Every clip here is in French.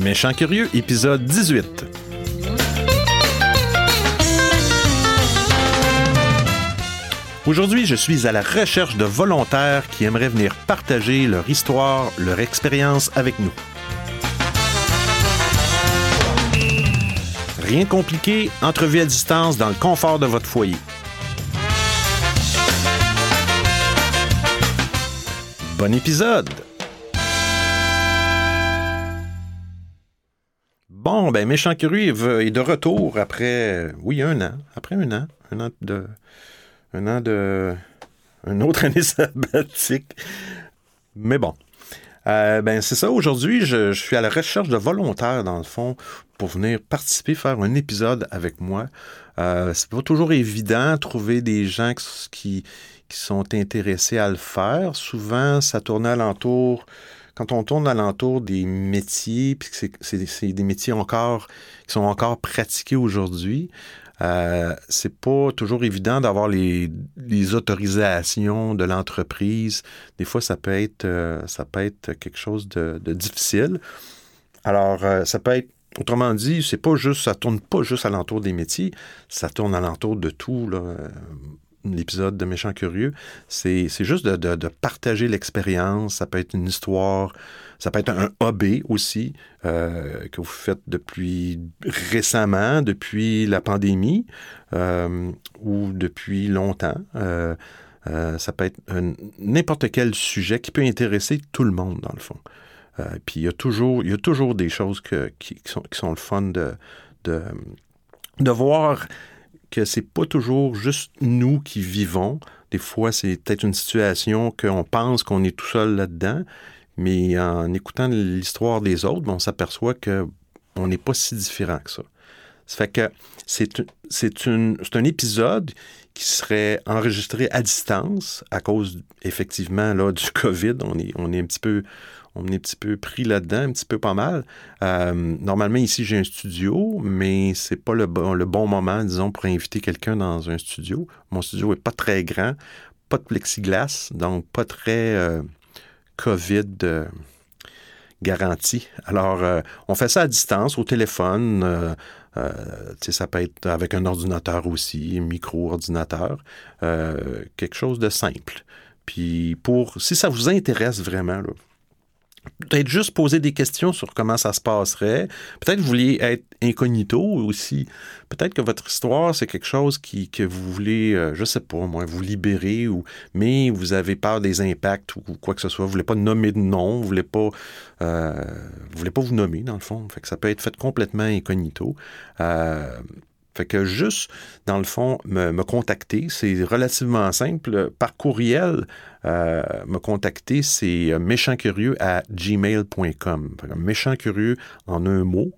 Méchant Curieux, épisode 18. Aujourd'hui, je suis à la recherche de volontaires qui aimeraient venir partager leur histoire, leur expérience avec nous. Rien de compliqué, entrevue à distance dans le confort de votre foyer. Bon épisode! Bon, ben Méchant Curieux est de retour après, un an. Après un an. Une autre année sabbatique. Mais bon. C'est ça. Aujourd'hui, je suis à la recherche de volontaires, dans le fond, pour venir participer, faire un épisode avec moi. C'est pas toujours évident de trouver des gens qui sont intéressés à le faire. Souvent, ça tourne alentour... Quand on tourne alentour des métiers, puis que c'est des métiers qui sont encore pratiqués aujourd'hui, c'est pas toujours évident d'avoir les autorisations de l'entreprise. Des fois, ça peut être quelque chose de difficile. Alors, ça peut être, autrement dit, ça tourne pas juste alentour des métiers, ça tourne alentour de tout, là. L'épisode de Méchant Curieux, c'est juste de partager l'expérience. Ça peut être une histoire, ça peut être un hobby aussi que vous faites depuis récemment, depuis la pandémie ou depuis longtemps. Ça peut être n'importe quel sujet qui peut intéresser tout le monde, dans le fond. Puis il y a toujours des choses qui sont le fun de voir que c'est pas toujours juste nous qui vivons. Des fois, c'est peut-être une situation qu'on pense qu'on est tout seul là-dedans, mais en écoutant l'histoire des autres, on s'aperçoit qu'on n'est pas si différent que ça. Ça fait que c'est un épisode qui serait enregistré à distance à cause, effectivement, là, du COVID. On est un petit peu pris là-dedans, un petit peu pas mal. Normalement, ici, j'ai un studio, mais c'est pas le bon moment, disons, pour inviter quelqu'un dans un studio. Mon studio est pas très grand, pas de plexiglas, donc pas très COVID garanti. Alors, on fait ça à distance, au téléphone. Ça peut être avec un ordinateur aussi, un micro-ordinateur. Quelque chose de simple. Puis, si ça vous intéresse vraiment, là, peut-être juste poser des questions sur comment ça se passerait. Peut-être que vous vouliez être incognito aussi. Peut-être que votre histoire, c'est quelque chose que vous voulez, je sais pas, moi, vous libérer, mais vous avez peur des impacts ou quoi que ce soit. Vous voulez pas nommer de nom, vous voulez pas vous nommer, dans le fond. Fait que ça peut être fait complètement incognito. Fait que juste, dans le fond, me contacter, c'est relativement simple. Par courriel, me contacter, c'est méchantcurieux@gmail.com. Méchantcurieux en un mot,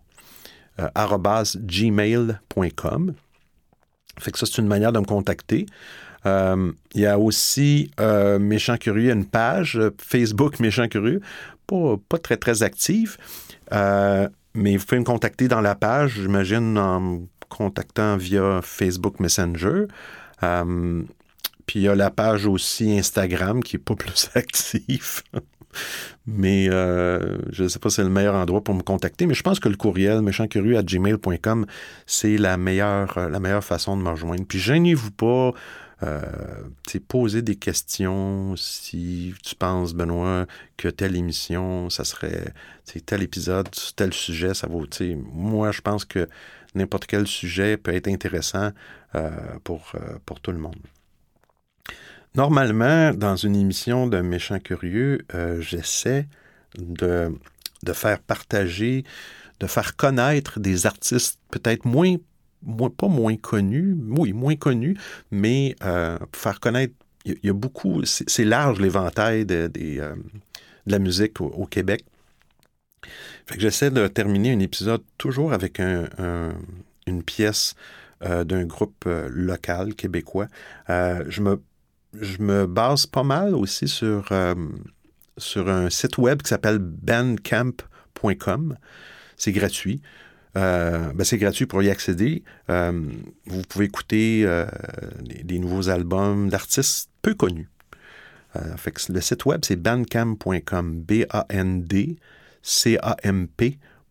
@gmail.com. Fait que ça, c'est une manière de me contacter. Il y a aussi Méchant Curieux, il y a une page Facebook Méchant Curieux, pas très, très active, mais vous pouvez me contacter dans la page, j'imagine, en contactant via Facebook Messenger. Puis il y a la page aussi Instagram qui n'est pas plus active. Mais je ne sais pas si c'est le meilleur endroit pour me contacter, mais je pense que le courriel méchantcurieux@gmail.com, c'est la meilleure façon de me rejoindre. Puis gênez-vous pas, poser des questions si tu penses, Benoît, que telle émission, ça serait tel épisode, tel sujet, ça vaut. Moi, je pense que n'importe quel sujet peut être intéressant pour tout le monde. Normalement, dans une émission de Méchant Curieux, j'essaie de faire partager, de faire connaître des artistes peut-être pas moins connus, oui, moins connus, mais pour faire connaître, il y a beaucoup, c'est large l'éventail de la musique au Québec. Fait que j'essaie de terminer un épisode toujours avec une pièce d'un groupe local québécois. Je me base pas mal aussi sur un site web qui s'appelle bandcamp.com. C'est gratuit. C'est gratuit pour y accéder. Vous pouvez écouter des nouveaux albums d'artistes peu connus. Fait que le site web, c'est bandcamp.com. BANDCAMP.com.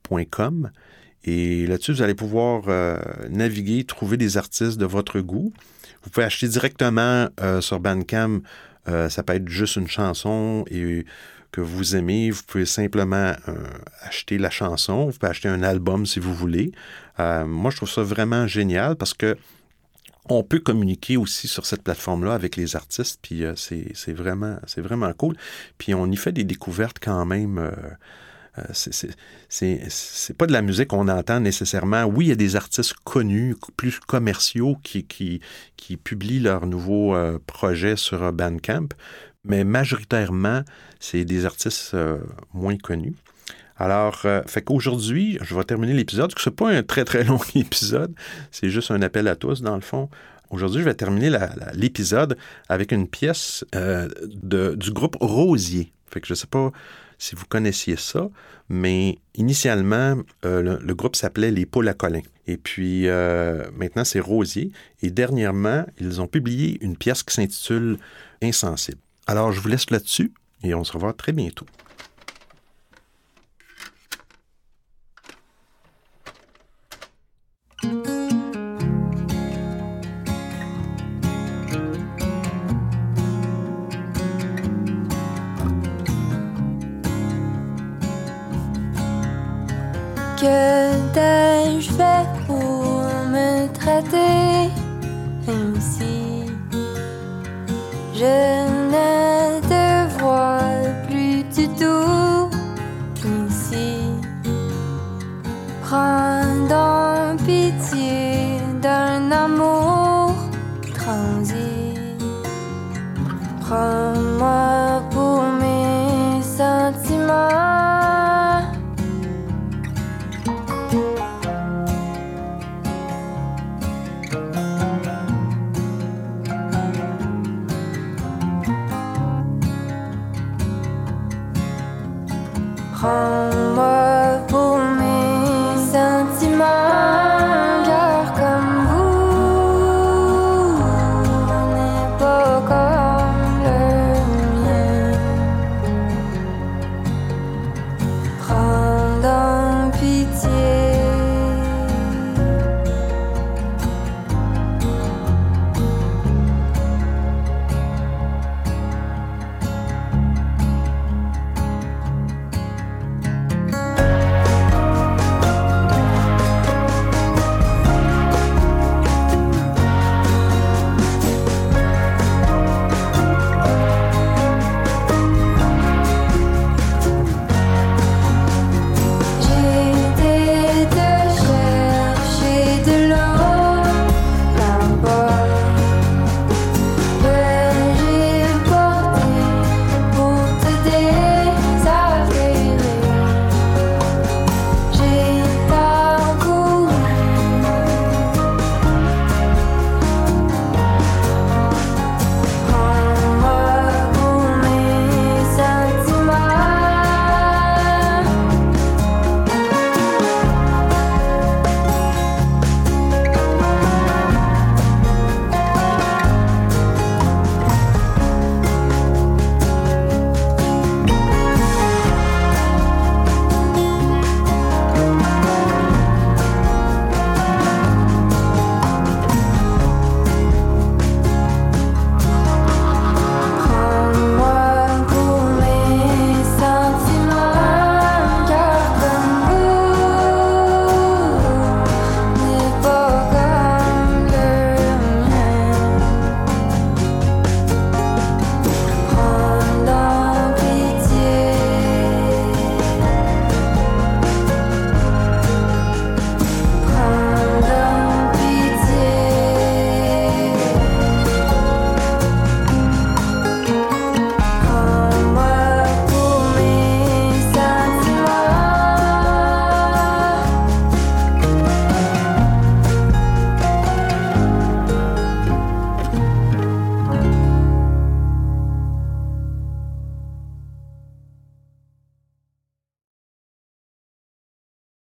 bandcamp.com. Et là-dessus, vous allez pouvoir naviguer, trouver des artistes de votre goût. Vous pouvez acheter directement sur Bandcamp. Ça peut être juste une chanson et que vous aimez. Vous pouvez simplement acheter la chanson. Vous pouvez acheter un album si vous voulez. Moi, je trouve ça vraiment génial parce que on peut communiquer aussi sur cette plateforme-là avec les artistes, puis c'est vraiment cool. Puis on y fait des découvertes quand même. C'est pas de la musique qu'on entend nécessairement. Oui, il y a des artistes connus, plus commerciaux, qui publient leurs nouveaux projets sur Bandcamp, mais majoritairement, c'est des artistes moins connus. Alors, fait qu'aujourd'hui, je vais terminer l'épisode. C'est pas un très, très long épisode. C'est juste un appel à tous, dans le fond. Aujourd'hui, je vais terminer l'épisode avec une pièce du groupe Rosier. Fait que je sais pas si vous connaissiez ça, mais initialement, le groupe s'appelait Les Poules à Colin. Et puis, maintenant, c'est Rosier. Et dernièrement, ils ont publié une pièce qui s'intitule Insensible. Alors, je vous laisse là-dessus et on se revoit très bientôt. Que t'ai-je fait pour me traiter ainsi? Je ne te vois plus du tout ici. Prends donc pitié d'un amour transi. Prends-moi